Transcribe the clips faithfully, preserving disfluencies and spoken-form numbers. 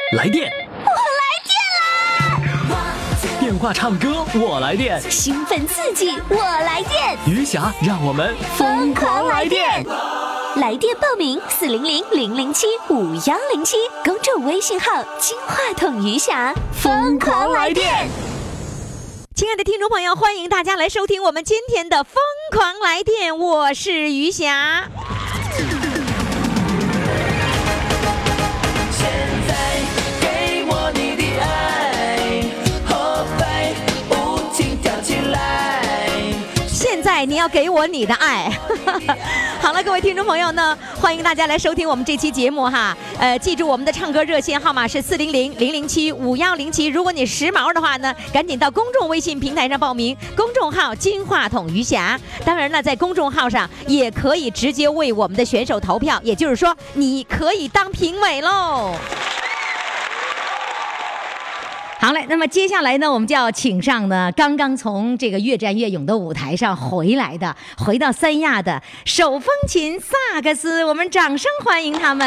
来电， 我来电啦！ 电话唱歌我来电， 兴奋刺激我来电， 余霞让我们疯狂来电！ 来电报名四零零零零七五幺零七，公众微信号金话筒余霞，疯狂来电！ 亲爱的听众朋友，欢迎大家来收听我们今天的疯狂来电，我是余霞。现在你要给我你的爱。好了，各位听众朋友呢，欢迎大家来收听我们这期节目哈。呃，记住我们的唱歌热线号码是四零零零零七五幺零七。如果你时髦的话呢，赶紧到公众微信平台上报名，公众号金话筒余霞。当然了，在公众号上也可以直接为我们的选手投票，也就是说，你可以当评委喽。好嘞，那么接下来呢，我们就要请上呢刚刚从这个越战越勇的舞台上回来的，回到三亚的手风琴萨克斯，我们掌声欢迎他们！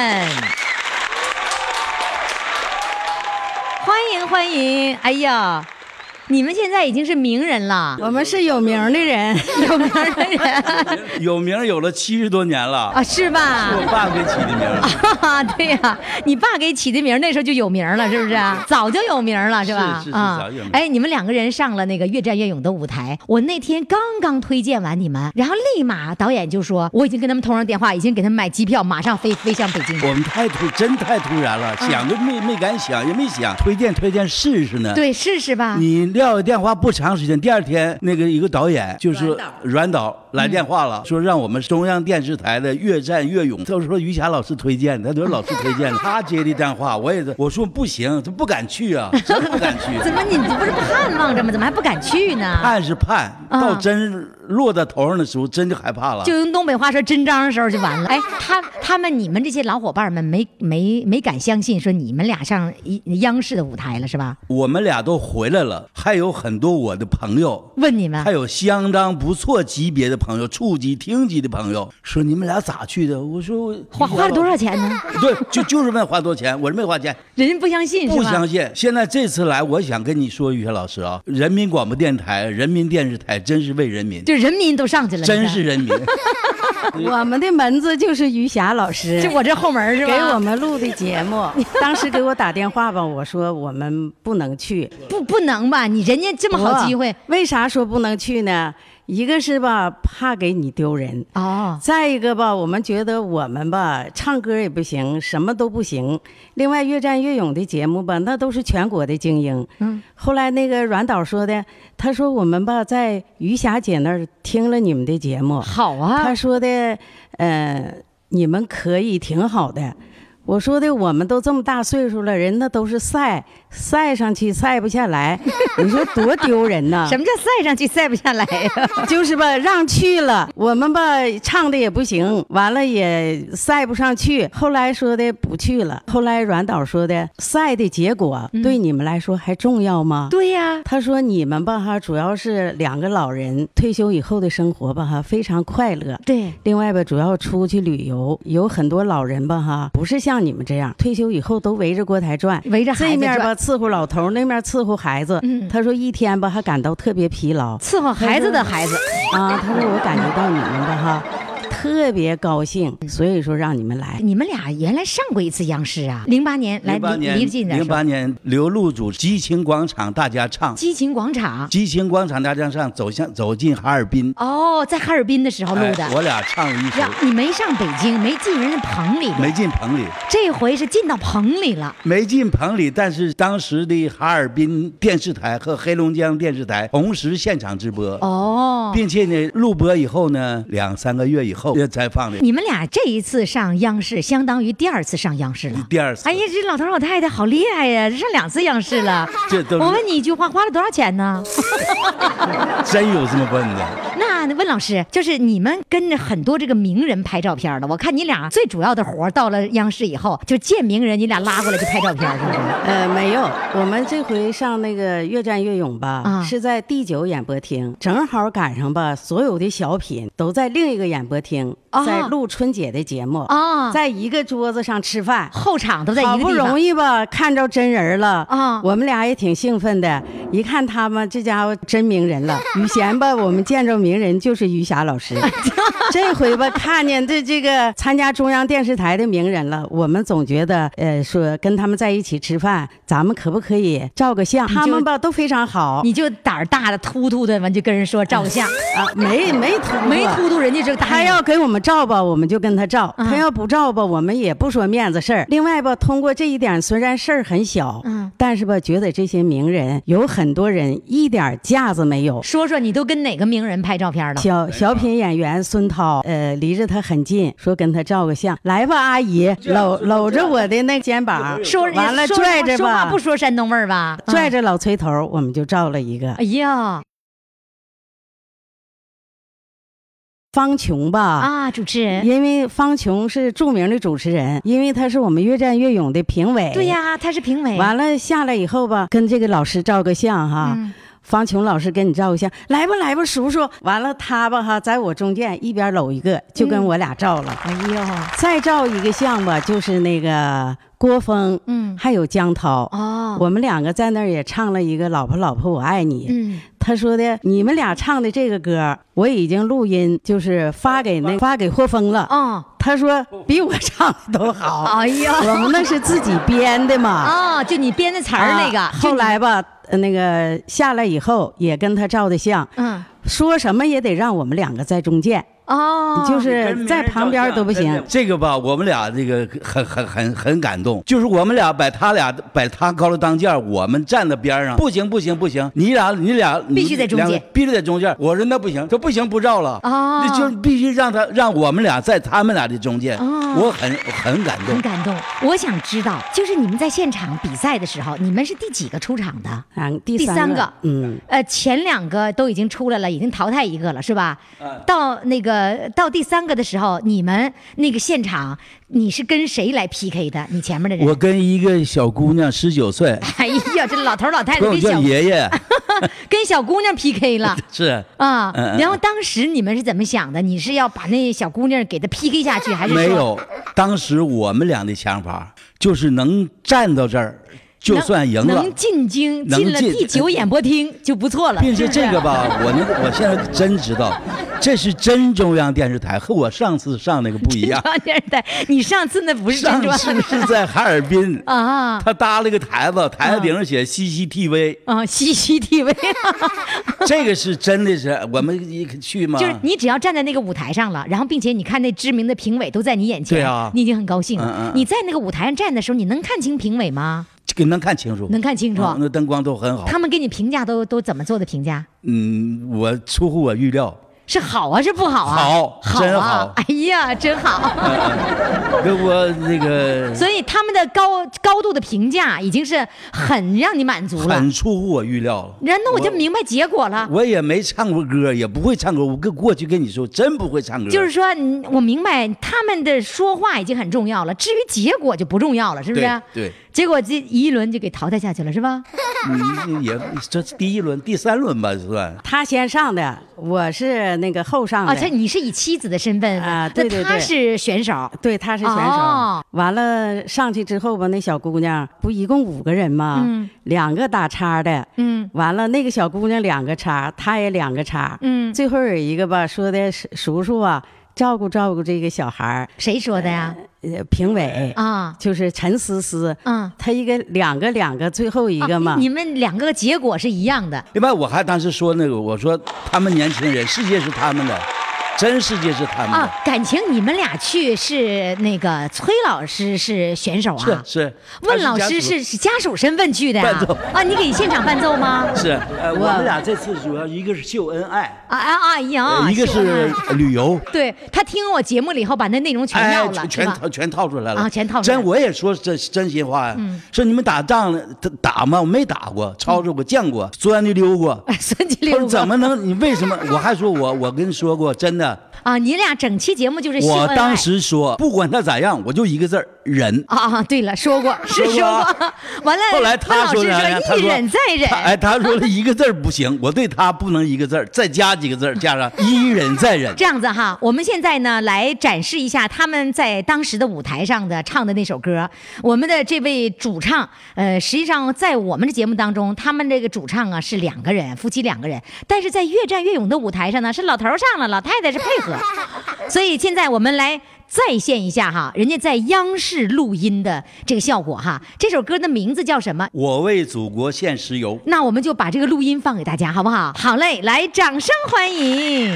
欢迎欢迎！哎呀，你们现在已经是名人了， 我们是有名的人， 有名的人， 有名有了七十多年了啊，是吧？ 是我爸给起的名啊，对呀、啊，你爸给起的名，那时候就有名了，是不是？早就有名了，是吧？ 是是是， 啊、 早有名。 哎，你们两个人上了那个越战越勇的舞台，我那天刚刚推荐完你们，然后立马导演就说，我已经跟他们通上电话，已经给他们买机票，马上飞飞向北京。 我们太突，真太突然了，嗯、想都没没敢想，也没想推荐推荐试试呢。 对，试试吧。 你撂电话不长时间，第二天那个一个导演就是阮导来电话了，嗯、说让我们中央电视台的越战越勇，他说余霞老师推荐，他说老师推荐，他接的电话，我也我说不行，他不敢去啊，真不敢去。 怎么你不是盼望着吗？怎么还不敢去呢？ 盼是盼，到真落在头上的时候，真就害怕了。 就用东北话说，真章的时候就完了。哎，他他们你们这些老伙伴们没没没敢相信，说你们俩上央视的舞台了是吧？ 我们俩都回来了，还有很多我的朋友问你们， 还有相当不错级别的朋友，处级、厅级的朋友，说你们俩咋去的？我说花花了多少钱呢？ 对，就就是问花多少钱，我说没花钱， 人家不相信， 不相信。现在这次来，我想跟你说，于霞老师啊，人民广播电台、人民电视台真是为人民， 就人民都上去了， 真是人民。 我们的门子就是余霞老师， 就我这后门是吧？ 给我们录的节目，当时给我打电话吧，我说我们不能去， 不不能吧？你人家这么好机会， 为啥说不能去呢？一个是吧，怕给你丢人哦； 再一个吧，我们觉得我们吧，唱歌也不行，什么都不行。另外，越战越勇的节目吧，那都是全国的精英。嗯。后来那个阮导说的，他说我们吧，在余霞姐那儿听了你们的节目， 好啊。 他说的，呃，你们可以挺好的。我说的，我们都这么大岁数了，人那都是晒晒上去晒不下来，你说多丢人呐！ 什么叫晒上去晒不下来呀？ 就是吧，让去了，我们吧唱的也不行，完了也晒不上去。后来说的不去了，后来阮导说的，晒的结果对你们来说还重要吗？ 嗯、对呀， 他说你们吧哈，主要是两个老人退休以后的生活吧哈，非常快乐。 对， 另外吧，主要出去旅游，有很多老人吧哈，不是像像你们这样退休以后都围着锅台转， 围着孩子这面吧伺候老头，那面伺候孩子。嗯，他说一天吧还感到特别疲劳， 伺候孩子的孩子啊。他说我感觉到你们吧哈特别高兴，所以说让你们来。 你们俩原来上过一次央视啊，零八年来离离近点。 零八年刘露主激情广场大家唱， 激情广场， 激情广场大家唱，走向走进哈尔滨。 哦，在哈尔滨的时候录的。 哎、我俩唱了一首。 你没上北京，没进人家棚里， 没进棚里。 这回是进到棚里了， 没进棚里，但是当时的哈尔滨电视台和黑龙江电视台同时现场直播。 哦， 并且呢，录播以后呢，两三个月以后才放的。 你们俩这一次上央视，相当于第二次上央视了。 第二次。 哎呀，这老头老太太好厉害呀，上两次央视了。 这都。 我问你一句话，花了多少钱呢？ 真有这么问的？ 那呀，那温老师，就是你们跟着很多这个名人拍照片的，我看你俩最主要的活到了央视以后，就见名人，你俩拉过来就拍照片，是不是？ 呃，没有，我们这回上那个《越战越勇》吧， 啊、 是在第九演播厅，正好赶上吧，所有的小品都在另一个演播厅， 哦、 在录春节的节目， 啊、哦， 在一个桌子上吃饭， 后场都在一个地方。 好不容易吧，看着真人了啊、 哦，我们俩也挺兴奋的。一看他们这家伙真名人了，以前吧，我们见着名人就是于霞老师，这回吧，看见这这个参加中央电视台的名人了，我们总觉得，呃，说跟他们在一起吃饭，咱们可不可以照个相？他们吧都非常好， 你就胆儿大的突突的，完就跟人说照个相啊，没没突没突突，人家这他要给我们照吧，我们就跟他照；嗯、他要不照吧，我们也不说面子事儿。另外吧，通过这一点，虽然事儿很小，嗯，但是吧，觉得这些名人有很多人一点架子没有。 说说你都跟哪个名人拍照片了？ 小小品演员孙涛，呃，离着他很近，说跟他照个相。来吧，阿姨，搂搂着我的那肩膀， 说完了拽着吧， 说话不说山东味儿吧， 拽着老崔头，我们就照了一个。 哎呀。 方琼吧啊，主持人， 因为方琼是著名的主持人，因为他是我们越战越勇的评委。 对呀，他是评委。 完了下来以后吧，跟这个老师照个相哈。嗯，方琼老师跟你照个相，来吧来吧，叔叔。完了他吧哈，在我中间一边搂一个，就跟我俩照了。 嗯、哎呦， 再照一个相吧，就是那个郭峰，嗯，还有江涛。哦，我们两个在那儿也唱了一个《老婆老婆我爱你》。嗯。他说的，你们俩唱的这个歌，我已经录音，就是发给那发给霍峰了。哦，他说比我唱的都好。哎呀，我们那是自己编的嘛。 哦，就你编的词儿那个。 啊、后来吧，那个下来以后也跟他照的相。嗯，说什么也得让我们两个在中间。哦，就是在旁边都不行。 这个吧，我们俩这个很很很很感动，就是我们俩把他俩把他高了当间，我们站在边上，不行不行不行，你俩你俩必须在中间， 必须在中间。我说那不行，说不行不照了。哦，那就必须让他让我们俩在他们俩的中间。哦，我很很感动， 很感动。我想知道，就是你们在现场比赛的时候，你们是第几个出场的？ 啊，第三个。第三个。 嗯，呃，前两个都已经出来了，已经淘汰一个了，是吧？嗯。到那个。呃，到第三个的时候，你们那个现场，你是跟谁来 P K 的？你前面的人？ 我跟一个小姑娘，十九岁。 哎呀，这老头老太太跟小爷爷跟小姑娘 P K 了。 是啊，嗯、然后当时你们是怎么想的？你是要把那小姑娘给她 P K 下去，还是没有？当时我们俩的想法就是能站到这儿。就算赢了， 能进京，进了第九演播厅就不错了。 并且这个吧，我那我现在真知道，这是真中央电视台，和我上次上那个不一样。 中央电视台，你上次那不是真中央， 上次是在哈尔滨啊，他搭了个台子，台子顶上写 C C T V 啊 ，C C T V， 这个是真的是我们去吗？ 就是你只要站在那个舞台上了，然后并且你看那知名的评委都在你眼前， 对啊， 你已经很高兴了。嗯嗯，你在那个舞台上站的时候，你能看清评委吗？ 能看清楚， 能看清楚， 嗯、那灯光都很好。 他们给你评价都都怎么做的评价？ 嗯，我出乎我预料。 是好啊，是不好啊？ 好， 好真好。 哎呀，真好。 给我那个， 所以他们的高高度的评价已经是很让你满足了， 很出乎我预料了。 然后我就明白结果了。 我, 我也没唱过歌，也不会唱歌。我跟过去跟你说，真不会唱歌。 就是说，我明白他们的说话已经很重要了，至于结果就不重要了，是不是？ 对。对， 结果这一轮就给淘汰下去了，是吧？ 嗯，也这第一轮、第三轮吧，算。 他先上的，我是那个后上的。 哦，他你是以妻子的身份啊？对对对， 他是选手， 对，他是选手。哦、完了上去之后吧，那小姑娘不一共五个人吗？嗯，两个打叉的，嗯，完了那个小姑娘两个叉，她也两个叉，嗯，最后有一个吧说的叔叔啊，照顾照顾这个小孩。 谁说的呀？ 呃，评委啊，就是陈思思，嗯，他一个两个两个，最后一个嘛， 啊、你们两个结果是一样的。 另外，我还当时说那个，我说他们年轻人，世界是他们的。真世界是他们的啊！感情你们俩去是那个崔老师是选手啊， 是是， 温老师是是家属身份去的呀、啊，啊，你给现场伴奏吗？ 是，呃，我们俩这次主要一个是秀恩爱啊啊啊呀， 一个是旅游。 对，他听我节目了以后，把那内容全要了， 哎、全套全套出来了啊，全套出来了。 真我也说这真心话呀，嗯、说你们打仗打吗？我没打过，吵着过，见过，钻的溜过。 孙金他说怎么能？你为什么？我还说我我跟你说过，真的啊，你俩整期节目就是秀恩爱。 我当时说，不管他咋样，我就一个字儿忍。 啊，对了，说过是说过。完了， 后来他说呢， 他说一忍再忍。 哎，他说了一个字儿不行，我对他不能一个字儿，再加几个字儿，加上一忍再忍。 这样子哈，我们现在呢来展示一下他们在当时的舞台上的唱的那首歌。我们的这位主唱，呃，实际上在我们的节目当中，他们这个主唱啊是两个人，夫妻两个人，但是在越战越勇的舞台上呢，是老头上了，老太太是配合。所以现在我们来再现一下哈，人家在央视录音的这个效果哈。这首歌的名字叫什么？ 我为祖国献石油。 那我们就把这个录音放给大家，好不好？好嘞，来，掌声欢迎。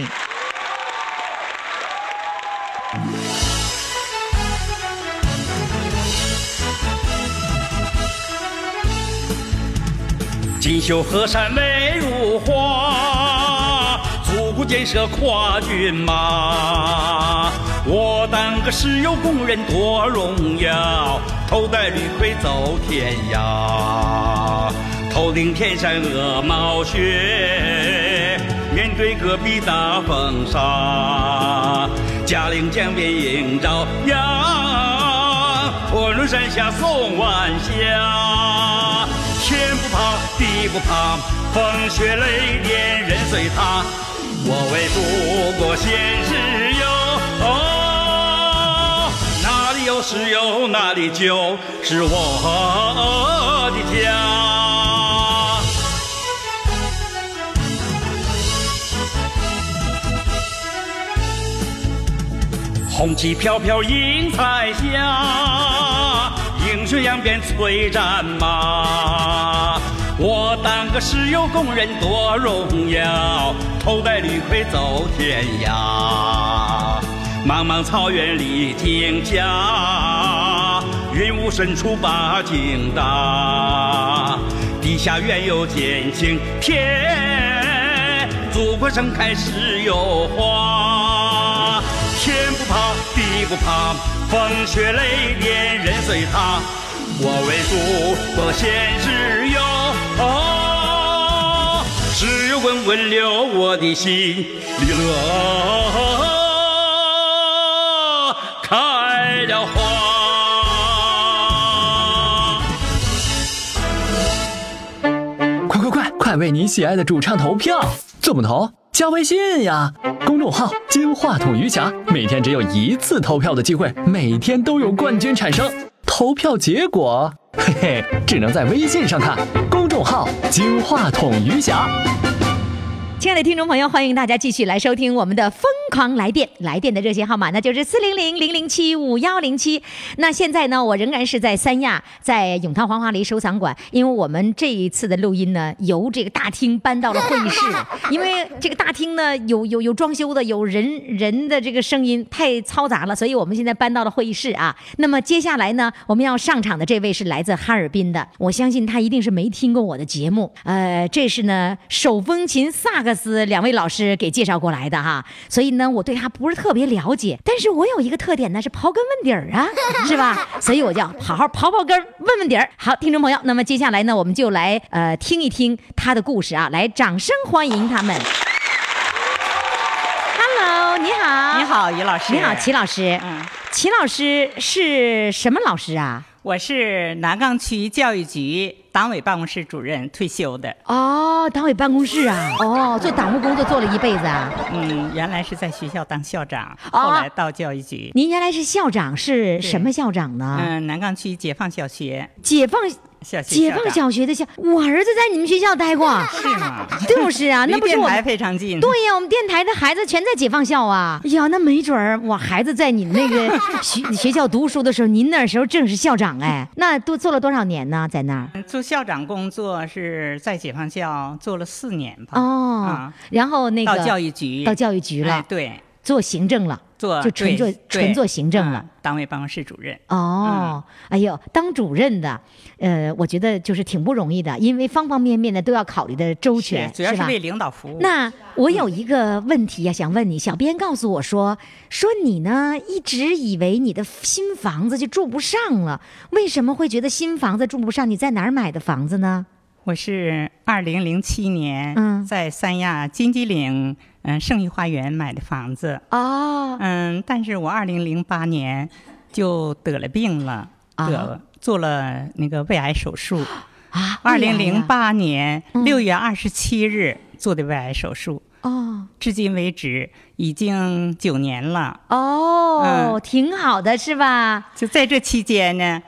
锦绣河山美如画，祖国建设跨骏马。我当个石油工人多荣耀，头戴绿盔走天涯。头顶天山鹅毛雪，面对戈壁大风沙。嘉陵江边映朝阳，昆仑山下送晚霞。天不怕地不怕，风雪雷电人随他。我为祖国献石油，哦，哪里有石油哪里就是我的家。红旗飘飘映彩霞，英雄扬鞭催战马。我当个石油工人多荣耀，头戴绿盔走天涯。茫茫草原历经家，云雾深处把景大。地下原有见青天，祖国盛开石油花。天不怕地不怕，风雪雷电人随他。我为祖国献石油，哦，石油滚滚流我的心里乐开了花。 快快快快为你喜爱的主唱投票！怎么投？加微信呀，公众号金话筒余霞，每天只有一次投票的机会，每天都有冠军产生。投票结果，嘿嘿，只能在微信上看。公众号金话筒余霞。 亲爱的听众朋友，欢迎大家继续来收听我们的疯狂来电，来电的热线号码呢就是四零零零零七五幺零七。那现在呢，我仍然是在三亚，在永康黄花梨收藏馆，因为我们这一次的录音呢，由这个大厅搬到了会议室，因为这个大厅呢有有有装修的，有人人的这个声音太嘈杂了，所以我们现在搬到了会议室啊。那么接下来呢，我们要上场的这位是来自哈尔滨的，我相信他一定是没听过我的节目，呃，这是呢手风琴萨克斯两位老师给介绍过来的哈，所以呢我对他不是特别了解，但是我有一个特点呢是刨根问底儿啊，是吧？所以我就要好好刨刨根问问底儿。好，听众朋友，那么接下来呢我们就来呃听一听他的故事啊，来掌声欢迎他们。Hello， 你好。 你好，于老师。 你好，齐老师。嗯，齐老师是什么老师啊？ 我是南岗区教育局党委办公室主任，退休的。 哦，党委办公室啊，哦，做党务工作做了一辈子啊。 嗯，原来是在学校当校长， 哦、 后来到教育局。 您原来是校长，是什么校长呢？ 嗯，南岗区解放小学。 解放。 小学解放小学的校，我儿子在你们学校待过， 是吗？ 就是啊，那不是我离电台非常近。 对呀，我们电台的孩子全在解放校啊。哎呀，那没准儿我孩子在你们那个学学校读书的时候，您那时候正是校长哎。那都做了多少年呢？在那儿做校长工作是在解放校做了四年吧。 哦，啊、然后那个到教育局， 到教育局了， 哎、对， 做行政了。 做就纯做纯做行政了、 嗯，党委办公室主任。 哦、嗯，哎呦，当主任的，呃，我觉得就是挺不容易的，因为方方面面的都要考虑的周全， 主要是为领导服务。 那我有一个问题呀、啊，想问你，小编告诉我说，说你呢一直以为你的新房子就住不上了，为什么会觉得新房子住不上？你在哪儿买的房子呢？ 我是二零零七年嗯在三亚金鸡岭嗯圣域花园买的房子。 哦， 嗯，但是我二零零八年就得了病了， 啊得做了那个胃癌手术。 啊， 二零零八年嗯六月二十七日做的胃癌手术， 哦至今为止已经九年了。 哦， 嗯挺好的是吧？ 就在这期间呢，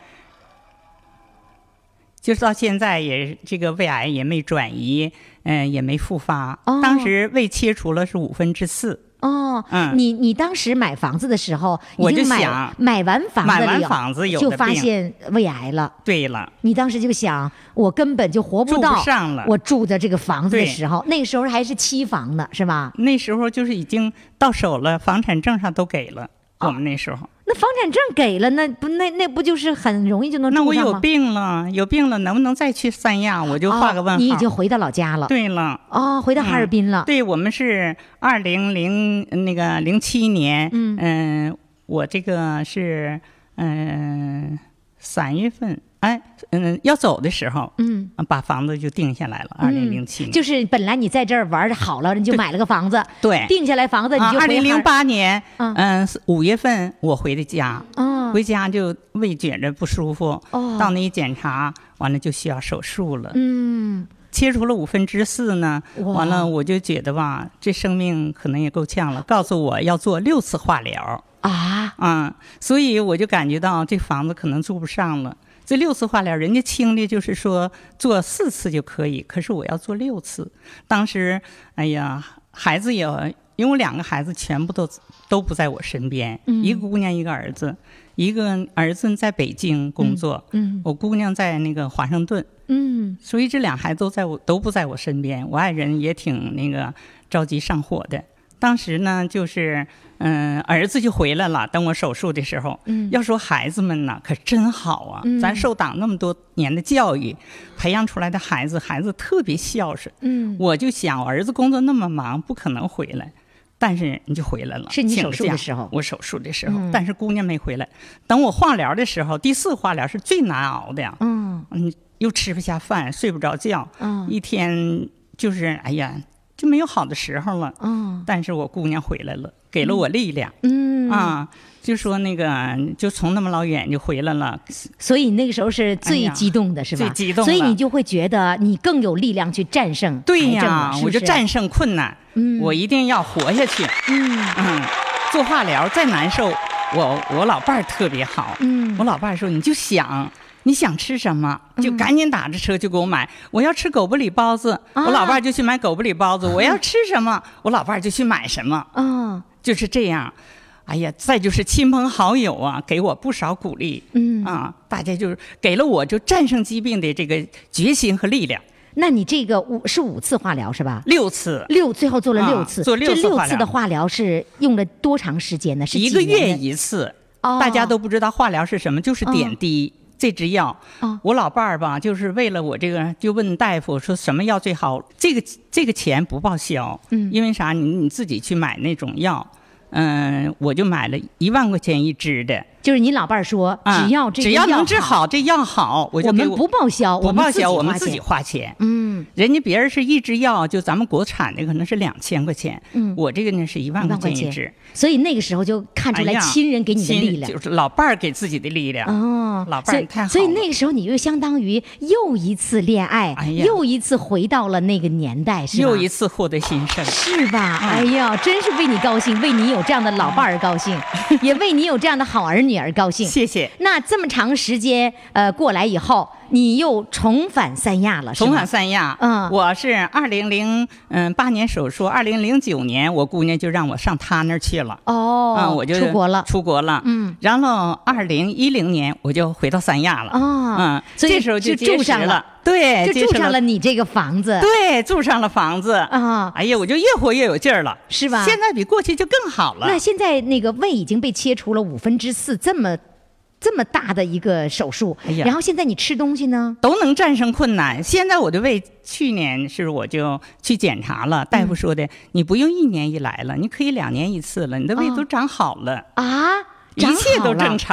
就是到现在也这个胃癌也没转移，嗯、也没复发。 哦当时胃切除了是五分之四。 哦， 嗯你你当时买房子的时候， 我已经买就想买完房子买了以后完房子有就发的病现胃癌了。 对了， 你当时就想，我根本就活不住不到上了我住的这个房子的对时候，那个时候还是期房呢，是吧？ 那时候就是已经到手了，房产证上都给了。 哦我们那时候， 那房产证给了，那不那那不就是很容易就能那我有住上吗？ 病了，有病了，能不能再去三亚？我就画个问号。 哦你已经回到老家了。 对了。 哦，回到哈尔滨了。 对，我们是二零零那个零七年， 嗯嗯、我这个是嗯三、月份，哎，嗯要走的时候， 嗯， 把房子就定下来了。二零零七年， 就是本来你在这儿玩的好了，你就买了个房子， 对， 定下来房子你啊， 就回哈尔二零零八年， 嗯嗯五、月份我回的家， 哦回家就胃觉着不舒服， 哦到那一检查，完了就需要手术了。 嗯切除了五分之四呢， 哇完了我就觉得吧，这生命可能也够呛了。告诉我要做六次化疗啊啊、嗯，所以我就感觉到这房子可能住不上了。这六次化疗，人家轻的就是说做四次就可以，可是我要做六次。当时，哎呀，孩子也，因为我两个孩子全部都都不在我身边， 嗯一个姑娘一个儿子，一个儿子在北京工作， 嗯嗯我姑娘在那个华盛顿。 嗯所以这俩孩子都在我都不在我身边，我爱人也挺那个着急上火的。当时呢，就是嗯，儿子就回来了。等我手术的时候， 嗯要说孩子们呐，可真好啊！ 嗯咱受党那么多年的教育，培养出来的孩子，孩子特别孝顺。 嗯， 我就想，我儿子工作那么忙，不可能回来。但是你就回来了， 是你请手术的假时候我手术的时候， 嗯但是姑娘没回来。等我化疗的时候，第四化疗是最难熬的呀。 嗯嗯，又吃不下饭，睡不着觉， 嗯一天就是哎呀，就没有好的时候了。 嗯但是我姑娘回来了，给了我力量、 嗯啊，就说那个就从那么老远就回来了。 所以那个时候是哎呀最激动的是吧？ 最激动了所以你就会觉得你更有力量去战胜对癌症呀了，是不我就是战胜困难， 嗯我一定要活下去。 嗯嗯，做化疗再难受，我我老伴儿特别好。 嗯我老伴儿说你就想。你想吃什么，就赶紧打着车就给我买。我要吃狗不理包子， 啊我老伴儿就去买狗不理包子。我要吃什么，我老伴儿就去买什么， 啊就是这样。哎呀，再就是亲朋好友啊，给我不少鼓励。 嗯啊，大家就是给了我就战胜疾病的这个决心和力量。 那你这个五是五次化疗是吧？ 六次， 六最后做了啊六次， 做六次这六化疗次的化疗是用了多长时间呢？是一个月几年的一次。 哦大家都不知道化疗是什么，就是点滴。这支药， 哦我老伴儿吧，就是为了我这个，就问大夫说什么药最好。这个这个钱不报销， 嗯因为啥？你你自己去买那种药，嗯、我就买了一万块钱一支的。 就是你老伴儿说， 啊只要这个只要能治好， 好，这药好，我就给我们不报销， 不报销，我我们自己们自己花钱。 花钱。 嗯人家别人是一支药，就咱们国产的可能是两千块钱， 嗯我这个呢是一万块一万块钱钱一支。 所以那个时候就看出来哎呀亲人给你的亲力量。 就是老伴儿给自己的力量。 哦， 老伴所以儿太好了。 所以那个时候你又相当于又一次恋爱， 哎呀又一次回到了那个年代，是吧？ 又一次获得新生。 是吧？ 嗯哎呀，真是为你高兴，为你有这样的老伴儿高兴，也为你有这样的好儿女而高兴。 谢谢。 那这么长时间呃过来以后，你又重返三亚了，是吗重返三亚， 嗯我是二零零嗯八年手术，二零零九年我姑娘就让我上她那儿去了。 哦， 啊，我就出国了。 出国了， 嗯， 然后二零一零年我就回到三亚了， 哦嗯， 所以这时候就结识住上了， 对， 就住上结识了了你这个房子。 对，住上了房子啊哎呀，我就越活越有劲儿了， 是吧现在比过去就更好了。 那现在那个胃已经被切除了五分之四，这么这么大的一个手术， 哎呀然后现在你吃东西呢？ 都能战胜困难。现在我的胃，去年是我就去检查了，大夫说的，你不用一年一来了，你可以两年一次了，你的胃哦都长好了， 啊， 一长切都好了正常。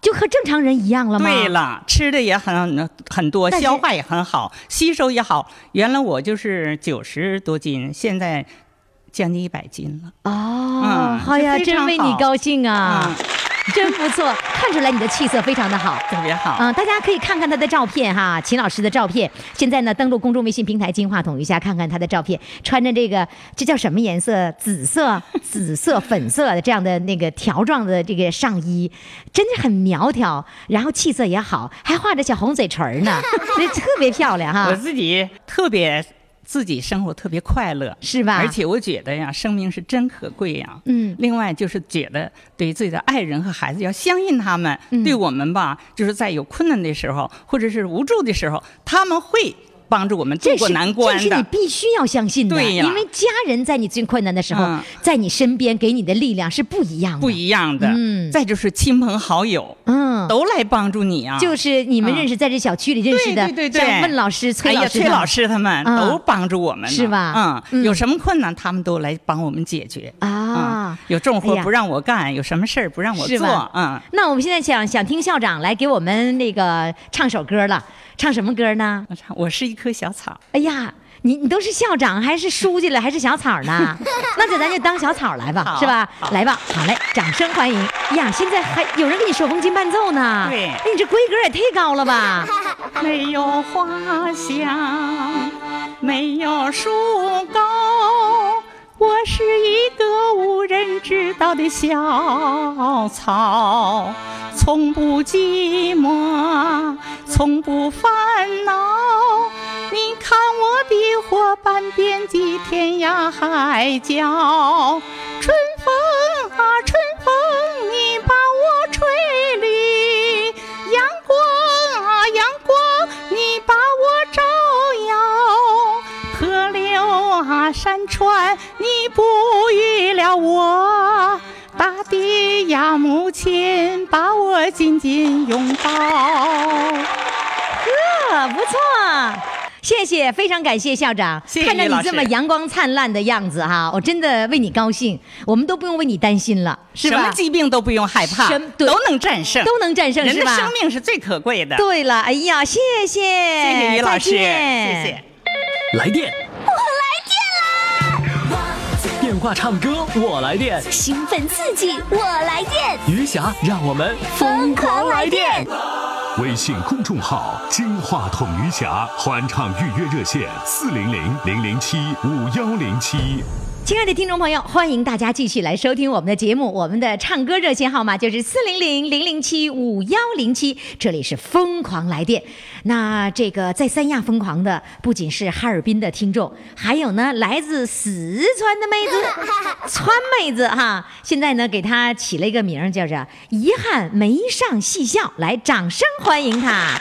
就和正常人一样了吗？ 对了，吃的也很很多，消化也很好，吸收也好。原来我就是九十多斤，现在将近一百斤了。 哦， 嗯， 好呀，真为你高兴啊！ 嗯真不错，看出来你的气色非常的好， 特别好。 嗯、呃，大家可以看看他的照片哈，秦老师的照片。现在呢，登录公众微信平台“金话筒”一下，看看他的照片，穿着这个这叫什么颜色？紫色、紫色、粉色的这样的那个条状的这个上衣，真的很苗条，然后气色也好，还画着小红嘴唇呢，这特别漂亮哈。 我自己特别。自己生活特别快乐， 是吧？ 而且我觉得呀，生命是真可贵呀。 嗯。 另外就是觉得对于自己的爱人和孩子要相信他们，嗯、对我们吧，就是在有困难的时候或者是无助的时候，他们会帮助我们度过难关的。 这是你必须要相信的， 对呀， 因为家人在你最困难的时候，嗯、在你身边给你的力量是不一样的， 不一样的。嗯。再就是亲朋好友，嗯，都来帮助你啊。 就是你们认识，在这小区里认识的， 对对对对， 像问老师、崔老师、 崔老师他们都帮助我们， 是吧？ 嗯，有什么困难他们都来帮我们解决啊。有重活不让我干，有什么事儿不让我做，嗯。 那我们现在想想听校长来给我们那个唱首歌了，唱什么歌呢？ 我唱《我是一棵小草》。 哎呀。你你都是校长还是书记了还是小草呢？那就咱就当小草来吧，是吧？来吧，好嘞，掌声欢迎呀！现在还有人给你手风琴伴奏呢， 对， 哎，你这规格也忒高了吧？ 没有花香，没有树高，我是一个无人知道的小草，从不寂寞，从不烦恼。你看我的伙伴遍及天涯海角，春风啊春风，你把我吹绿，阳光啊阳光，你把我照耀，河流啊山川，你哺育了我，大地呀母亲，把我紧紧拥抱。 呵，不错。谢谢，非常感谢校长。 谢谢看着你这么阳光灿烂的样子哈，我真的为你高兴，我们都不用为你担心了，是吧？ 什么疾病都不用害怕，都能战胜， 都能战胜， 人的生命是最可贵的。 对了，哎呀，谢谢， 谢谢于老师，谢谢。 来电， 我来电啦！ 电话唱歌，我来电， 兴奋刺激，我来电， 余霞，让我们疯狂来电。 微信公众号“金话筒余霞”欢唱预约热线：四零零零零七五幺零七。 亲爱的听众朋友，欢迎大家继续来收听我们的节目。我们的唱歌热线号码就是四零零零零七五幺零七，这里是疯狂来电。那这个在三亚疯狂的不仅是哈尔滨的听众，还有呢来自四川的妹子，川妹子哈。现在呢给她起了一个名叫做“遗憾没上戏校”，来，掌声欢迎她。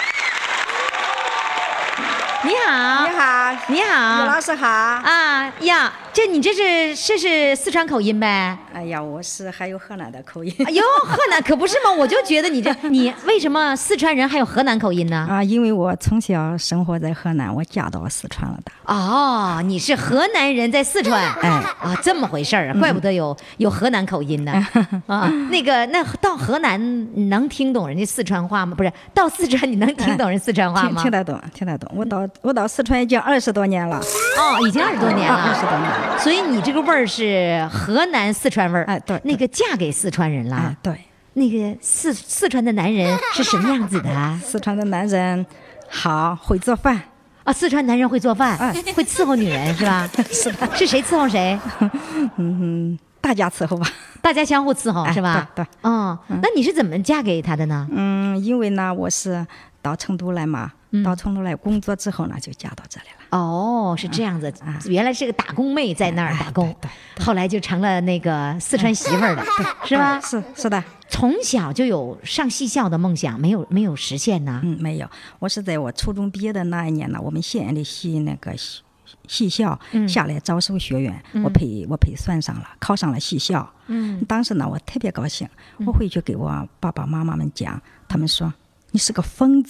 你好， 你好， 你好， 于老师好啊呀，这你这是这是四川口音呗？ 哎呀，我是还有河南的口音。 哎呦，河南可不是吗？我就觉得你这你为什么四川人还有河南口音呢？ 啊，因为我从小生活在河南，我嫁到四川了的。 哦，你是河南人在四川？哎，啊，这么回事儿啊，怪不得有有河南口音呢。啊，那个那到河南能听懂人家四川话吗？不是，到四川你能听懂人四川话吗？ 听听得懂，听得懂。我到我到四川已经二十多年了。 哦，已经二十多年了， 二十多年了。 所以你这个味儿是河南四川味儿。 哎，对。 那个嫁给四川人了。 哎，对。 那个四四川的男人是什么样子的啊？ 四川的男人好，会做饭。 啊，四川男人会做饭，哎，会伺候女人是吧？ 是的。 是谁伺候谁？ 嗯，大家伺候吧。 大家相互伺候，哎，是吧？ 对对。 哦，嗯，那你是怎么嫁给他的呢？ 嗯，因为呢，我是到成都来嘛，嗯，到成都来工作之后呢，就嫁到这里了。 哦，是这样子，嗯，原来是个打工妹在那儿打工，哎，对，对，后来就成了那个四川媳妇儿了， 对， 是吧？ 是是的。 从小就有上戏校的梦想，没有没有实现呢？ 嗯，没有。我是在我初中毕业的那一年呢，我们县里戏那个戏戏校下来招收学员，嗯，我配我配算上了，考上了戏校。嗯，当时呢，我特别高兴，我回去给我爸爸妈妈们讲，他们说你是个疯子。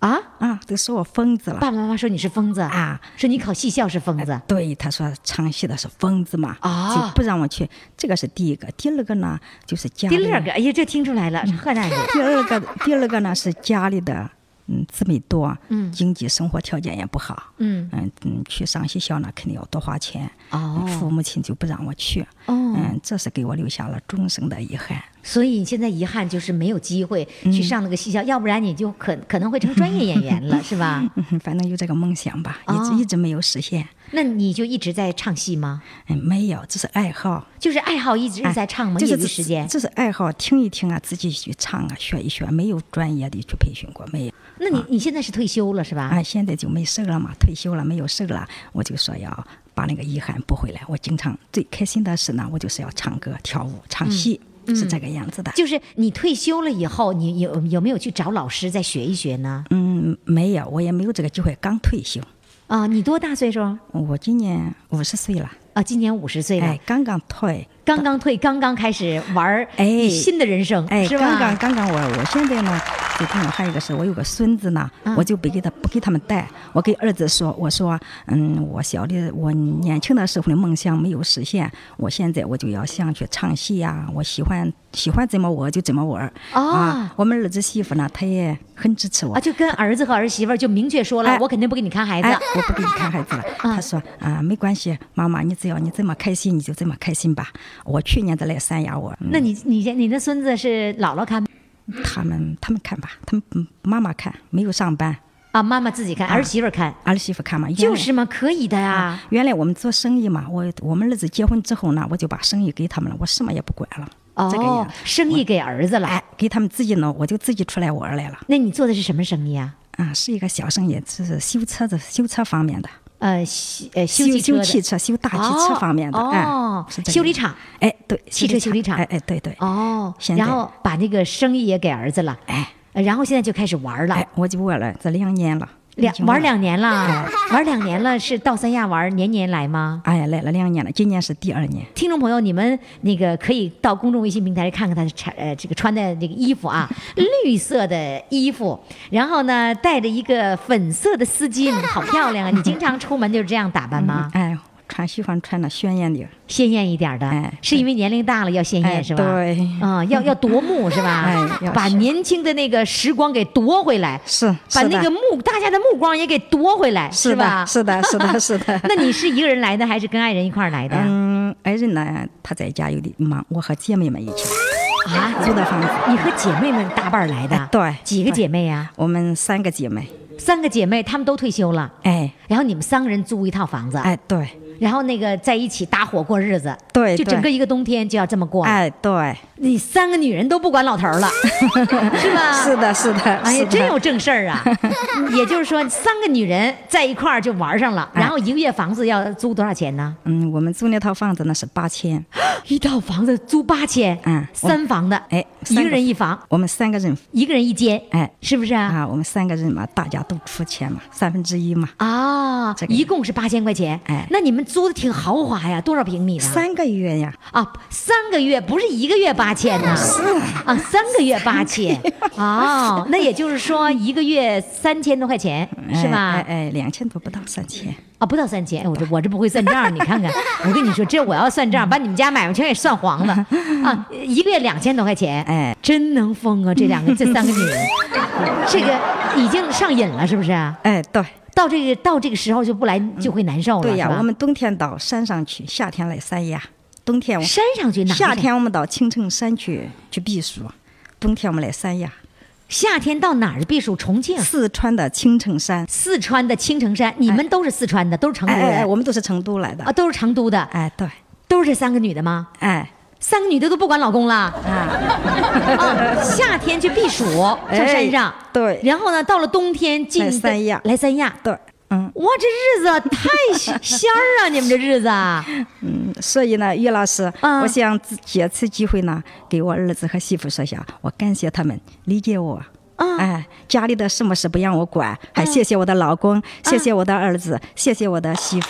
啊啊，都说我疯子了。 爸爸妈妈说你是疯子啊， 说你考戏校是疯子。 呃、对，他说唱戏的是疯子嘛， 啊， 就不让我去。这个是第一个，第二个呢就是家里。 第二个，哎呀，这听出来了，是河南的。 第二个，第二个呢是家里的。嗯，姊妹多， 嗯， 经济生活条件也不好， 嗯嗯嗯，去上学校呢肯定要多花钱， 哦， 父母亲就不让我去， 哦， 嗯，这是给我留下了终生的遗憾。 所以现在遗憾就是没有机会去上那个戏校，嗯、要不然你就可可能会成专业演员了，是吧？ 嗯，反正有这个梦想吧， 哦、 一直一直没有实现。 那你就一直在唱戏吗？ 嗯，没有，这是爱好， 就是爱好一直在唱吗？ 业余时间， 这是爱好，听一听啊，自己去唱啊，学一学，没有专业的去培训过，没有。 那你、啊、你现在是退休了是吧？ 啊，现在就没事了嘛，退休了没有事了，我就说要把那个遗憾补回来。我经常最开心的事呢，我就是要唱歌、跳舞、唱戏。嗯是这个样子的， 就是你退休了以后，你有有没有去找老师再学一学呢？ 嗯，没有，我也没有这个机会，刚退休。 啊，你多大岁数？ 我今年五十岁了。 啊，今年五十岁了， 哎，刚刚退， 刚刚退，刚刚开始玩哎新的人生， 哎， 是吧？ 刚刚刚刚我我现在呢，最近我还有一个是，我有个孙子呢， 啊、 我就不给他不给他们带，我给儿子说，我说，嗯，我小的我年轻的时候的梦想没有实现，我现在我就要想去唱戏呀、啊，我喜欢喜欢怎么玩就怎么玩、 哦、 啊。我们儿子媳妇呢，他也很支持我啊，就跟儿子和儿媳妇就明确说了，哎、我肯定不给你看孩子， 哎、我不给你看孩子了。啊、他说啊，没关系，妈妈，你只要你这么开心。你就这么开心吧。我去年再来三亚我。 那你你你的孙子是姥姥看？ 他们他们看吧，他们妈妈看，没有上班。 啊，妈妈自己看，儿媳妇看， 儿媳妇看嘛， 就是嘛，可以的呀、啊。 原来我们做生意嘛，我我们儿子结婚之后呢，我就把生意给他们了，我什么也不管了。 哦， 这个样， 生意给儿子了， 哎，给他们自己弄，我就自己出来玩来了。 那你做的是什么生意啊？ 啊，是一个小生意，是修车子、修车方面的。 呃，修呃修修汽车、修大汽车方面的， 哦， 哎， 修理厂， 哎，对， 汽车修理厂， 哎哎，对对， 哦，然后把那个生意也给儿子了， 哎， 然后现在就开始玩了， 哎，我就玩了这两年了。 两玩两年了，哎、玩两年了，是到三亚玩，年年来吗？ 哎呀，来了两年了，今年是第二年。 听众朋友，你们那个可以到公众微信平台看看他穿呃这个穿的这个衣服啊，绿色的衣服，然后呢带着一个粉色的丝巾，好漂亮啊！你经常出门就是这样打扮吗？ 嗯、哎。穿喜欢穿的鲜艳点， 鲜艳一点的， 哎， 是因为年龄大了要鲜艳、 哎、 是吧？ 对， 啊、嗯，要要夺目是吧？ 哎， 把年轻的那个时光给夺回来， 是， 把那个目大家的目光也给夺回来， 是吧？ 是的，是的，是的。 那你是一个人来的，还是跟爱人一块儿来的？ 嗯，爱人呢，他在家有点忙，我和姐妹们一起啊租的房子。 你和姐妹们搭伴来的？ 哎、对， 几个姐妹呀、 啊？我们三个姐妹。 三个姐妹，她们都退休了， 哎， 然后你们三个人租一套房子， 哎，对， 然后那个在一起搭伙过日子， 对， 就整个一个冬天就要这么过， 哎，对， 你三个女人都不管老头了，是吧？ 是的，是的， 哎呀，真有正事儿啊！也就是说，三个女人在一块儿就玩上了，然后一个月房子要租多少钱呢？ 嗯，我们租那套房子呢是八千， 一套房子租八千， 嗯， 三房的， 哎， 一个人一房， 我们三个人， 一个人一间， 哎， 是不是啊？ 啊，我们三个人嘛，大家都出钱嘛，三分之一嘛。 啊， 这个一共是八千块钱。 哎， 那你们租的挺豪华呀，多少平米呢？ 三个月呀。 啊，三个月不是一个月八千呐？ 是啊，三个月八千。哦，那也就是说一个月三千多块钱，是吧？ 哎哎，两千多不到三千。 啊，不到三千。我这我这不会算账，你看看，我跟你说，这我要算账，把你们家买卖全给算黄了啊！一个月两千多块钱， 哎， 真能疯啊！这两个这三个女人，这个已经上瘾了，是不是？ 哎，对。 到这个到这个时候就不来就会难受了， 对呀， 我们冬天到山上去，夏天来三亚。冬天我山上去哪？ 夏天我们到青城山去去避暑，冬天我们来三亚。 夏天到哪儿避暑？重庆、 四川的青城山。 四川的青城山，你们都是四川的，都是成都人。 哎哎，我们都是成都来的啊，都是成都的。 哎，对， 都是这三个女的吗？ 哎。 三个女的都不管老公了啊！啊，夏天去避暑，上山上， 哎、对， 然后呢，到了冬天进来三亚， 来三亚， 对，嗯， 哇，这日子太仙儿啊！你们这日子， 嗯，所以呢，于老师，啊、我想借此机会呢，给我儿子和媳妇说下，我感谢他们理解我。 啊、 哎，家里的什么事不让我管，还谢谢我的老公，啊、谢谢我的儿子，谢谢我的媳妇。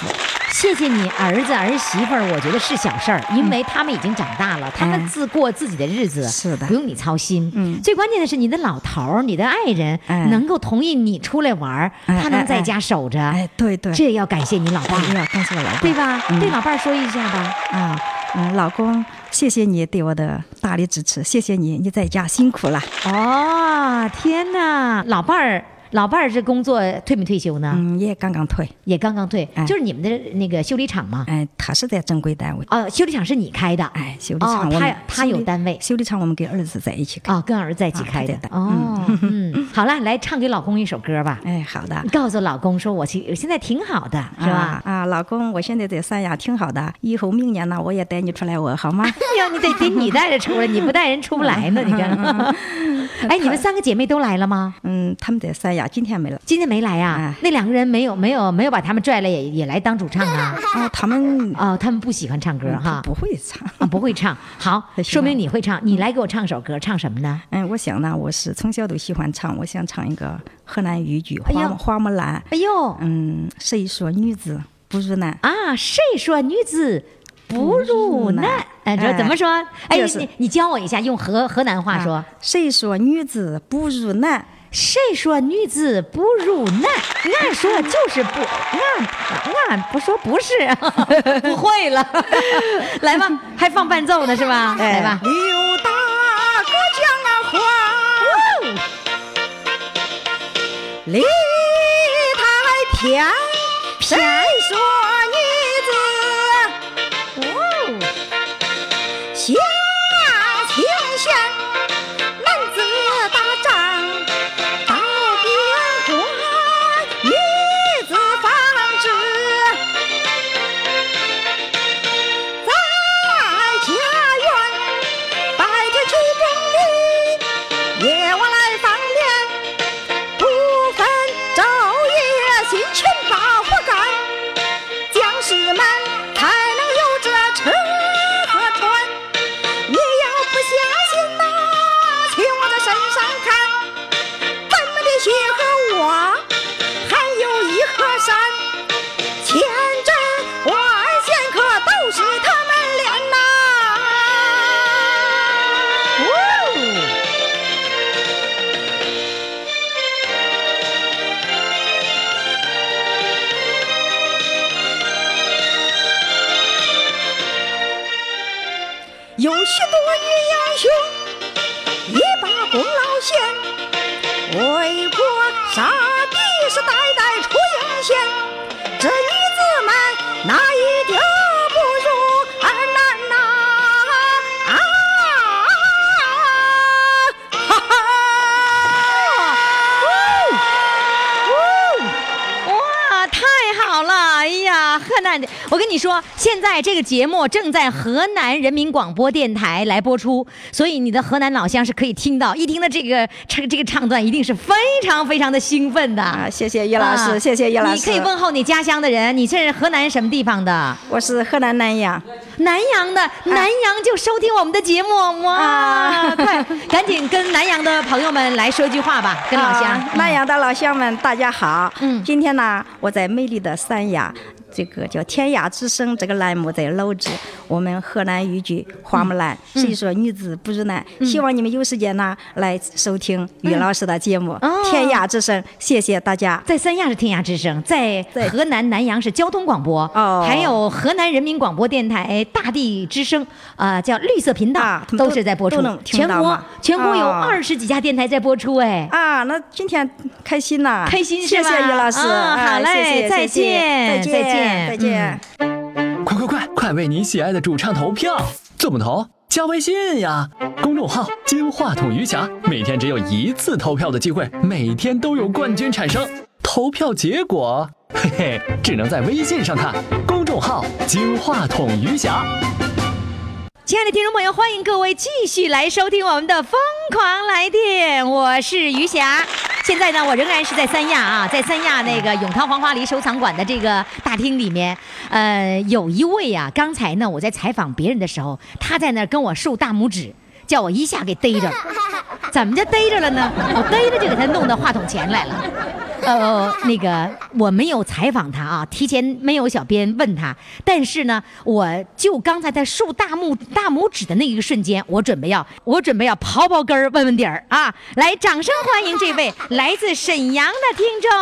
谢谢你儿子儿媳妇儿，我觉得是小事儿，因为他们已经长大了，他们自过自己的日子， 是的， 不用你操心。 嗯， 最关键的是你的老头儿、你的爱人能够同意你出来玩儿，他能在家守着。 哎，对对， 这也要感谢你老伴儿， 要感谢我老伴儿， 对吧？对老伴儿说一下吧。 啊，嗯，老公，谢谢你对我的大力支持，谢谢你，你在家辛苦了。 哦，天哪，老伴儿。老伴儿这工作退没退休呢？ 嗯，也刚刚退， 也刚刚退，哎、就是你们的那个修理厂嘛。 哎，他是在正规单位。 哦，修理厂是你开的。 哎，修理厂我们、 哦、他他有单位。 修理厂我们跟儿子在一起开。 哦，跟儿子在一起开的。啊、哦，嗯，嗯好了，来唱给老公一首歌吧。 哎，好的。 你告诉老公说，我其现在挺好的，是吧？ 啊, 啊，老公，我现在在三亚挺好的，以后明年呢，我也带你出来玩，好吗？ 呀，你得得你带着出来，你不带人出不来呢，你看。哎，你们三个姐妹都来了吗？ 嗯，他们在三亚，今天没了。 今天没来呀、啊？哎、那两个人没有没有没有把他们拽来也也来当主唱啊？ 哦，他们哦，他们不喜欢唱歌、嗯、哈， 不会唱啊，不会唱。好，说明你会唱，你来给我唱首歌，唱什么呢？ 嗯，我想呢，我是从小都喜欢唱，我想唱一个河南豫剧《花、哎、花木兰》。 哎呦， 嗯，谁说女子不入难啊？谁说女子不入难？哎，这怎么说？哎， 就是、 你你教我一下，用河河南话说、啊。 谁说女子不入难？ 谁说女子不入难？俺说就是不，俺俺不说不是，不会了。来吧，还放伴奏呢是吧？ 哎、 来吧。 刘大哥讲花，李太偏偏说女子，哦，相亲贤。有许多女英雄一把功劳献，为国杀敌是代代出英贤，这女子们哪一点不如儿男呐、啊？啊！哈哈！ 哇，太好了！哎呀，河南的，我跟你说，现在这个节目正在河南人民广播电台来播出，所以你的河南老乡是可以听到，一听到这个这个这个唱段，一定是非常非常的兴奋的。 啊，谢谢叶老师，啊、谢谢叶老师。 你可以问候你家乡的人，你是河南什么地方的？ 我是河南南阳。 南阳的，南阳就收听我们的节目，哇！啊、快，赶紧跟南阳的朋友们来说一句话吧，跟老乡。 啊嗯、南阳的老乡们，大家好。嗯，今天呢，我在美丽的三亚。这个叫天涯之声这个栏目在录制我们河南豫剧花木兰，嗯、谁说女子不入难、嗯、希望你们有时间呢来收听于老师的节目、嗯哦、天涯之声，谢谢大家。 在三亚是天涯之声，在河南南阳是交通广播，哦，还有河南人民广播电台大地之声啊、呃，叫绿色频道、啊、都, 都是在播出，全国全国有二十几家电台在播出，哎啊，那今天开心呐， 开心是吧？ 谢谢于老师、 啊、好嘞， 谢谢再见， 再见，再见。再见、 嗯！快快快，快为你喜爱的主唱投票！怎么投？加微信呀，公众号“金话筒余霞”，每天只有一次投票的机会，每天都有冠军产生。投票结果，嘿嘿，只能在微信上看。公众号“金话筒余霞”。 亲爱的听众朋友，欢迎各位继续来收听我们的《疯狂来电》，我是余霞。现在呢，我仍然是在三亚啊，在三亚那个永康黄花梨收藏馆的这个大厅里面，呃，有一位啊，刚才呢我在采访别人的时候，他在那儿跟我竖大拇指，叫我一下给逮着。怎么就逮着了呢？我逮着就给他弄到话筒前来了。 呃，那个我没有采访他啊，提前没有小编问他，但是呢，我就刚才在竖大拇大拇指的那一个瞬间，我准备要我准备要刨刨根儿问问底儿啊！来，掌声欢迎这位来自沈阳的听众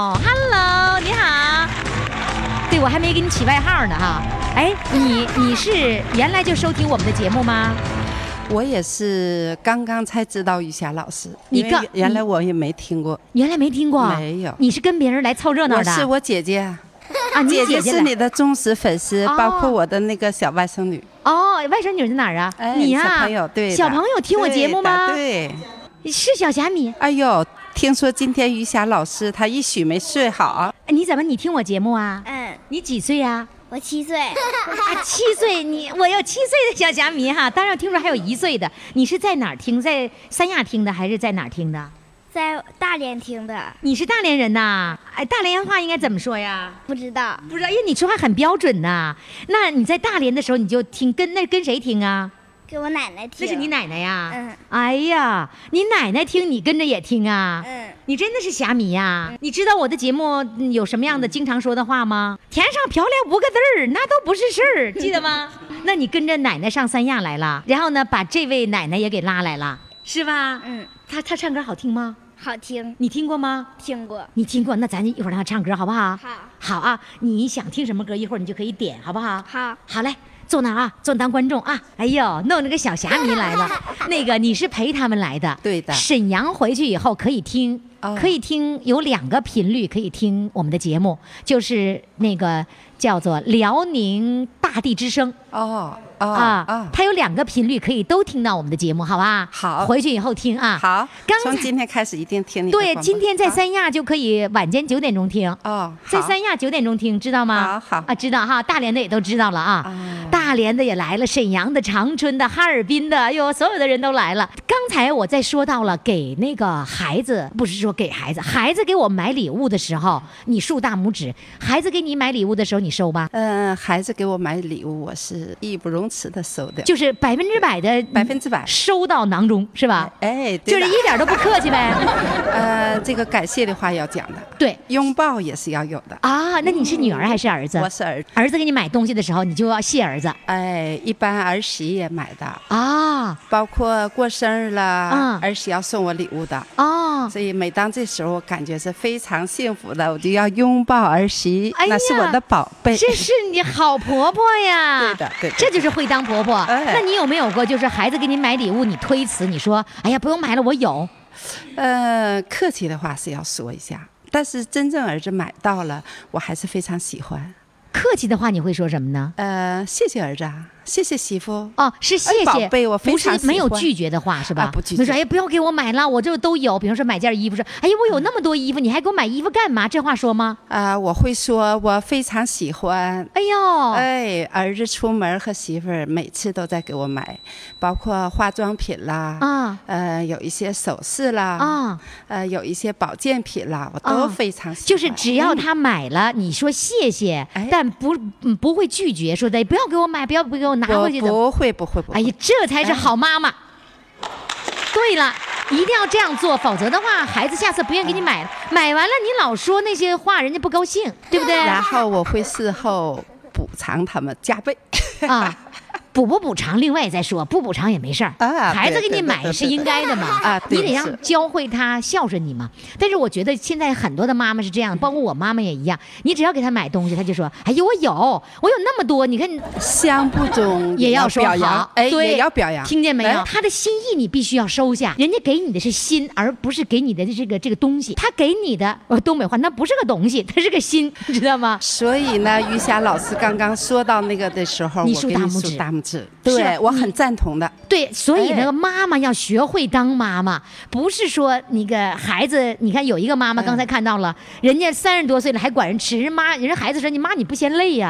，Hello， 你好。对，我还没给你起外号呢哈。哎，你你是原来就收听我们的节目吗？ 我也是刚刚才知道于霞老师， 你刚原来我也没听过， 原来没听过， 没有。 你是跟别人来凑热闹的？ 我是我姐姐啊，你姐姐姐是你的忠实粉丝，哦、包括我的那个小外甥女。 哦，外甥女在哪儿啊？ 哎、 你啊， 小朋友对， 小朋友听我节目吗？ 对， 是小霞米。 哎呦，听说今天于霞老师她一宿没睡好。 你怎么你听我节目啊？ 嗯， 你几岁啊？ 我七岁。 啊，七岁，你我有七岁的小霞迷哈，当然听说还有一岁的。你是在哪儿听？在三亚听的还是在哪儿听的？ 在大连听的。 你是大连人呐？哎，大连话应该怎么说呀？ 不知道， 不知道，因为你说话很标准呐。那你在大连的时候，你就听跟那跟谁听啊？ 跟我奶奶听。 那是你奶奶呀？ 嗯。 哎呀，你奶奶听，你跟着也听啊？ 嗯。 你真的是侠迷呀！嗯、你知道我的节目有什么样的经常说的话吗？天上飘来五个字儿，那都不是事儿，记得吗？那你跟着奶奶上三亚来了，然后呢，把这位奶奶也给拉来了，是吧？ 嗯。 她她唱歌好听吗？ 好听。 你听过吗？ 听过。 你听过？那咱一会儿让她唱歌好不好？ 好。 好啊，你想听什么歌，一会儿你就可以点，好不好？ 好。 好嘞。坐那儿啊，坐当观众啊！哎呦，弄那个小侠迷来了。那个你是陪他们来的， 对的。 沈阳回去以后可以听， 哦、 可以听有两个频率可以听我们的节目，就是那个叫做辽宁大地之声。 哦哦啊， 哦它有两个频率可以都听到我们的节目，好吧？ 好， 回去以后听啊。 好， 刚从今天开始一定听你的对，今天在三亚就可以晚间九点钟听。 哦， 在三亚九点钟听，知道吗？ 好好啊，知道哈。大连的也都知道了啊。 哦、 大连的也来了，沈阳的、长春的、哈尔滨的，哎呦，所有的人都来了。刚才我在说到了给那个孩子，不是说给孩子，孩子给我买礼物的时候，你竖大拇指；孩子给你买礼物的时候，你收吧。 嗯、呃，孩子给我买礼物，我是义不容辞的收的。 就是百分之百的， 百分之百收到囊中，是吧？ 哎， 就是一点都不客气呗。 呃，这个感谢的话要讲的， 对， 拥抱也是要有的啊。那你是女儿还是儿子？ 我是儿子。 儿子给你买东西的时候，你就要谢儿子。 哎，一般儿媳也买的啊， 包括过生日了， 嗯， 儿媳要送我礼物的哦。 所以每当这时候，我感觉是非常幸福的，我就要拥抱儿媳， 哎、 那是我的宝贝。 这是你好婆婆呀！ 对的，对的， 这就是会当婆婆。 哎、 那你有没有过，就是孩子给你买礼物，你推辞，你说，哎呀，不用买了，我有。 呃，客气的话是要说一下，但是真正儿子买到了，我还是非常喜欢。 客气的话你会说什么呢？ 呃，谢谢儿子啊，谢谢媳妇。 哦，是谢谢， 宝贝，我非常喜欢。 不是没有拒绝的话是吧？ 啊、不拒绝。 你说哎，不要给我买了，我这都有。比如说买件衣服，说哎呀，我有那么多衣服，你还给我买衣服干嘛？这话说吗？ 啊、呃，我会说，我非常喜欢。 哎呦， 哎，儿子出门和媳妇儿每次都在给我买，包括化妆品啦， 啊， 呃，有一些首饰啦， 啊， 呃，有一些保健品啦，我都非常喜欢。 就是只要他买了，你说谢谢， 哎、 但不嗯不会拒绝，说的不要给我买，不要不给我拿回去的。 不会不会不会。 哎呀，这才是好妈妈。哎、对了，一定要这样做，否则的话，孩子下次不愿意给你买了。买完了，你老说那些话，人家不高兴，对不对？ 然后我会事后补偿他们加倍。 啊。补不补偿，另外再说，不补偿也没事儿。 啊， 孩子给你买是应该的嘛。 啊， 你得让教会他孝顺你嘛。但是我觉得现在很多的妈妈是这样，包括我妈妈也一样。你只要给他买东西，他就说：“哎呦，我有，我有那么多。”你看， 相不中也要说好， 哎， 对， 也要表扬。 听见没有？他的心意你必须要收下。人家给你的是心，而不是给你的这个这个东西。他给你的，东北话那不是个东西，它是个心，你知道吗？ 所以呢，于霞老师刚刚说到那个的时候， 你竖大拇指，大拇指，对。我很赞同的， 对，所以那个妈妈要学会当妈妈，不是说那个孩子，你看有一个妈妈刚才看到了，人家三十多岁了还管人吃，人妈人家孩子说你妈你不嫌累呀、啊？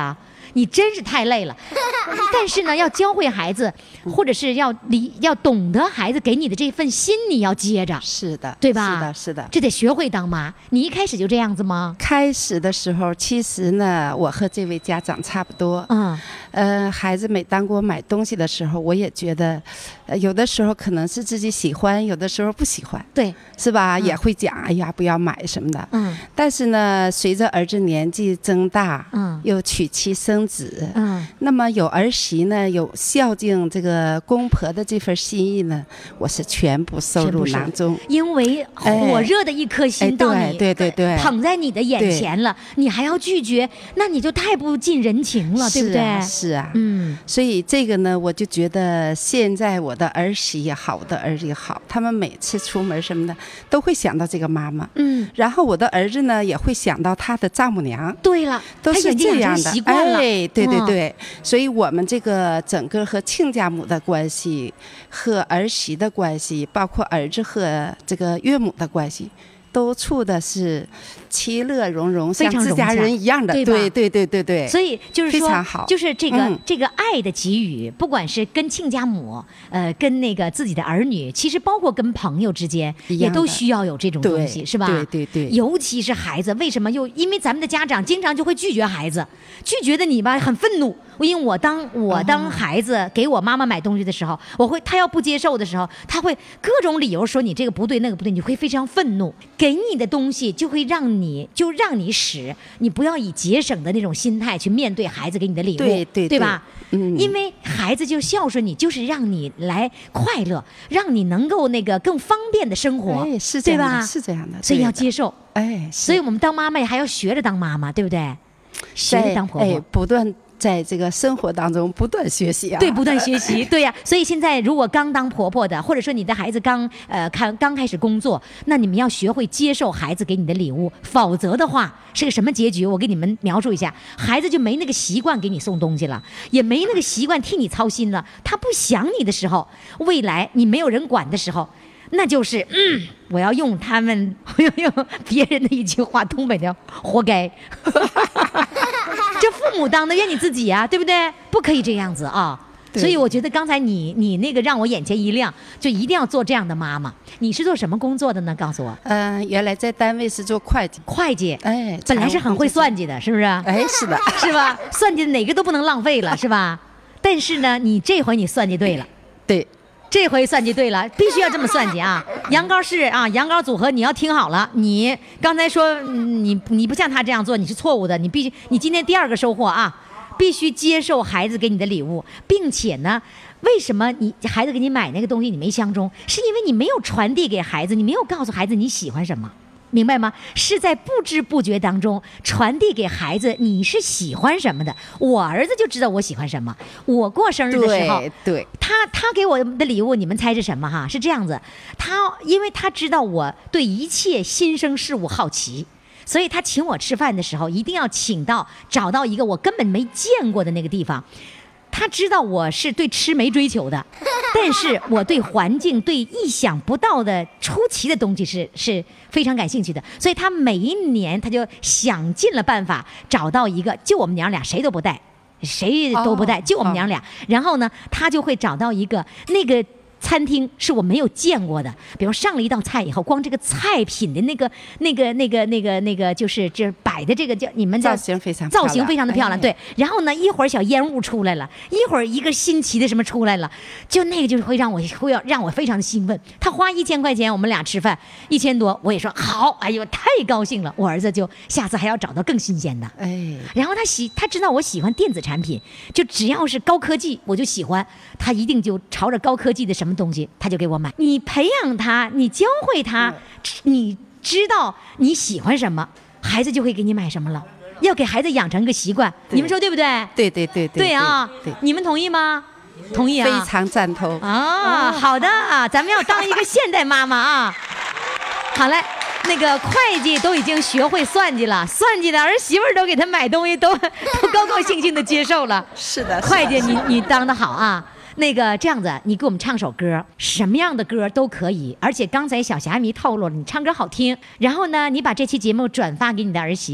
你真是太累了。但是呢，要教会孩子，或者是要理要懂得孩子给你的这份心，你要接着。 是的， 对吧？ 是的，是的， 这得学会当妈。你一开始就这样子吗？ 开始的时候，其实呢，我和这位家长差不多。嗯，呃，孩子每当给我买东西的时候，我也觉得，呃，有的时候可能是自己喜欢，有的时候不喜欢。 对， 是吧？ 嗯、 也会讲，哎呀，不要买什么的。 嗯。 但是呢，随着儿子年纪增大，嗯，又娶妻生子，嗯，那么有儿媳呢，有孝敬这个公婆的这份心意呢，我是全部收入囊中。 因为火热的一颗心到你， 哎、对对对对， 捧在你的眼前了，你还要拒绝，那你就太不近人情了，对不对？ 是啊， 嗯。 所以这个呢，我就觉得现在我的儿媳也好，我的儿子也好，他们每次出门什么的都会想到这个妈妈，嗯。然后我的儿子呢也会想到他的丈母娘。 对了， 都是这样的。 哎， 对对对，嗯、所以我们这个整个和亲家母的关系，和儿媳的关系，包括儿子和这个岳母的关系，都处的是其乐融融，像自家人一样的。 对对对对对对。 所以就是说， 非常好， 就是这个、 嗯、 这个爱的给予，不管是跟亲家母，呃，跟那个自己的儿女，其实包括跟朋友之间，也都需要有这种东西，是吧？ 对对对。 尤其是孩子，为什么又因为咱们的家长经常就会拒绝孩子，拒绝的你吧很愤怒。因为我当我当孩子给我妈妈买东西的时候，我会他要不接受的时候，他会各种理由说你这个不对那个不对，你会非常愤怒。给你的东西就会让你就让你使，你不要以节省的那种心态去面对孩子给你的礼物， 对对对吧？ 嗯， 因为孩子就孝顺你，就是让你来快乐，让你能够那个更方便的生活， 哎，是这样的， 对吧？ 是这样的， 所以要接受， 哎， 所以我们当妈妈还要学着当妈妈，对不对？学着当婆婆， 哎，不断。在这个生活当中不断学习啊， 对，不断学习，对呀、啊。所以现在如果刚当婆婆的，或者说你的孩子刚呃看刚开始工作，那你们要学会接受孩子给你的礼物，否则的话是个什么结局？我给你们描述一下，孩子就没那个习惯给你送东西了，也没那个习惯替你操心了。他不想你的时候，未来你没有人管的时候。那就是嗯，我要用他们，我要用别人的一句话，东北的活该。这父母当的怨你自己啊，对不对？不可以这样子啊。所以我觉得刚才你你那个让我眼前一亮，就一定要做这样的妈妈。你是做什么工作的呢？告诉我。 嗯、呃，原来在单位是做会计。 会计， 哎， 本来是很会算计的，是不是？ 哎，是的， 是吧？算计哪个都不能浪费了，是吧？但是呢，你这回你算计对了。 对。 这回算计对了，必须要这么算计啊！羊羔是啊，羊羔组合你要听好了。你刚才说你你不像他这样做，你是错误的。你必须，你今天第二个收获啊，必须接受孩子给你的礼物，并且呢，为什么你孩子给你买那个东西你没相中，是因为你没有传递给孩子，你没有告诉孩子你喜欢什么。明白吗？是在不知不觉当中传递给孩子你是喜欢什么的。我儿子就知道我喜欢什么。我过生日的时候， 对，对他他给我的礼物，你们猜是什么哈？是这样子，他因为他知道我对一切新生事物好奇，所以他请我吃饭的时候，一定要请到找到一个我根本没见过的那个地方。他知道我是对吃没追求的，但是我对环境、对意想不到的出奇的东西是是非常感兴趣的，所以他每一年他就想尽了办法找到一个，就我们娘俩谁都不带，谁都不带，就我们娘俩。然后呢，他就会找到一个那个。餐厅是我没有见过的，比如上了一道菜以后，光这个菜品的那个、那个、那个、那个、那个，就是这摆的这个叫你们叫造型非常造型非常的漂亮， 哎、 对。然后呢，一会儿小烟雾出来了，一会儿一个新奇的什么出来了，就那个就是会让我会要让我非常的兴奋。他花一千块钱，我们俩吃饭一千多，我也说好，哎呦太高兴了。我儿子就下次还要找到更新鲜的， 哎。 然后他喜他知道我喜欢电子产品，就只要是高科技我就喜欢，他一定就朝着高科技的什么东西他就给我买。你培养他，你教会他、嗯、你知道你喜欢什么，孩子就会给你买什么了。要给孩子养成个习惯，你们说对不对？ 对对对对对啊对对， 你们同意吗？同意啊， 非常赞同啊。好的，咱们要当一个现代妈妈啊。好嘞，那个会计都已经学会算计了，算计的儿媳妇都给他买东西都都高高兴兴的接受了。 是的， 会计你你当得好啊。那个这样子，你给我们唱首歌，什么样的歌都可以。而且刚才小霞迷透露了，你唱歌好听。然后呢，你把这期节目转发给你的儿媳妇儿，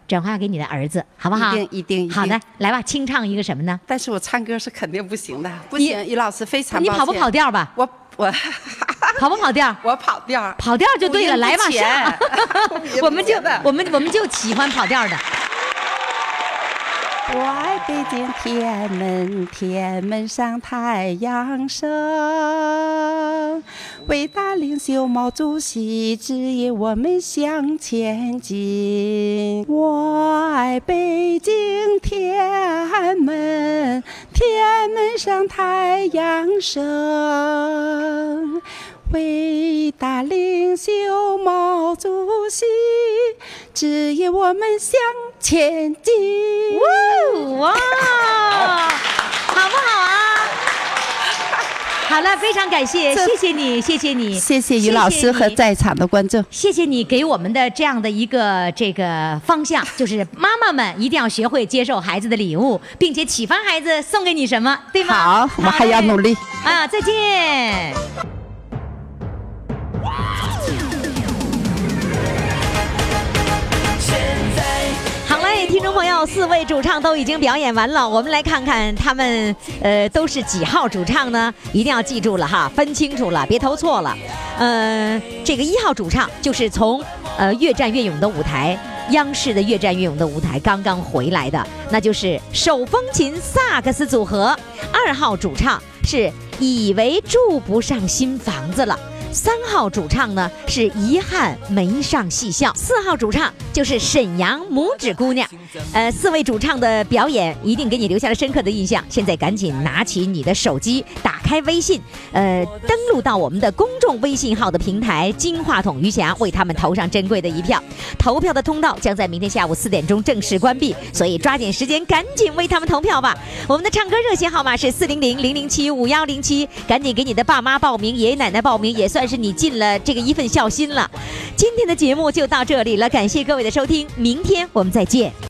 转化给你的儿子，好不好？ 一定一定一定。 好的，来吧，清唱一个什么呢？ 但是我唱歌是肯定不行的，不行，于老师非常抱歉。 你跑不跑调吧？ 我我跑不跑调？ 我跑调， 跑调就对了，来吧，上。我们就我们我们就喜欢跑调的。 我爱北京天安门，天安门上太阳升，伟大领袖毛主席指引我们向前进。我爱北京天安门，天安门上太阳升，伟大领袖毛主席指引我们向前进。 哇，好不好啊？好了，非常感谢，谢谢你，谢谢你， 谢谢于老师和在场的观众， 谢谢你给我们的这样的一个这个方向，就是妈妈们一定要学会接受孩子的礼物，并且启发孩子送给你什么，对吗？ 好，我们还要努力啊！再见。听众朋友，四位主唱都已经表演完了，我们来看看他们呃都是几号主唱呢？一定要记住了哈，分清楚了，别投错了。呃，这个一号主唱就是从呃越战越勇的舞台，央视的越战越勇的舞台刚刚回来的，那就是手风琴萨克斯组合。二号主唱是以为住不上新房子了。三号主唱呢是遗憾没上戏校，四号主唱就是沈阳拇指姑娘。呃，四位主唱的表演一定给你留下了深刻的印象。现在赶紧拿起你的手机，打开微信，呃，登录到我们的公众微信号的平台“金话筒余霞”，为他们投上珍贵的一票。投票的通道将在明天下午四点钟正式关闭，所以抓紧时间，赶紧为他们投票吧。我们的唱歌热线号码是四零零零零七五幺零七，赶紧给你的爸妈报名，爷爷奶奶报名，也算是你尽了这个一份孝心了。今天的节目就到这里了，感谢各位的收听，明天我们再见。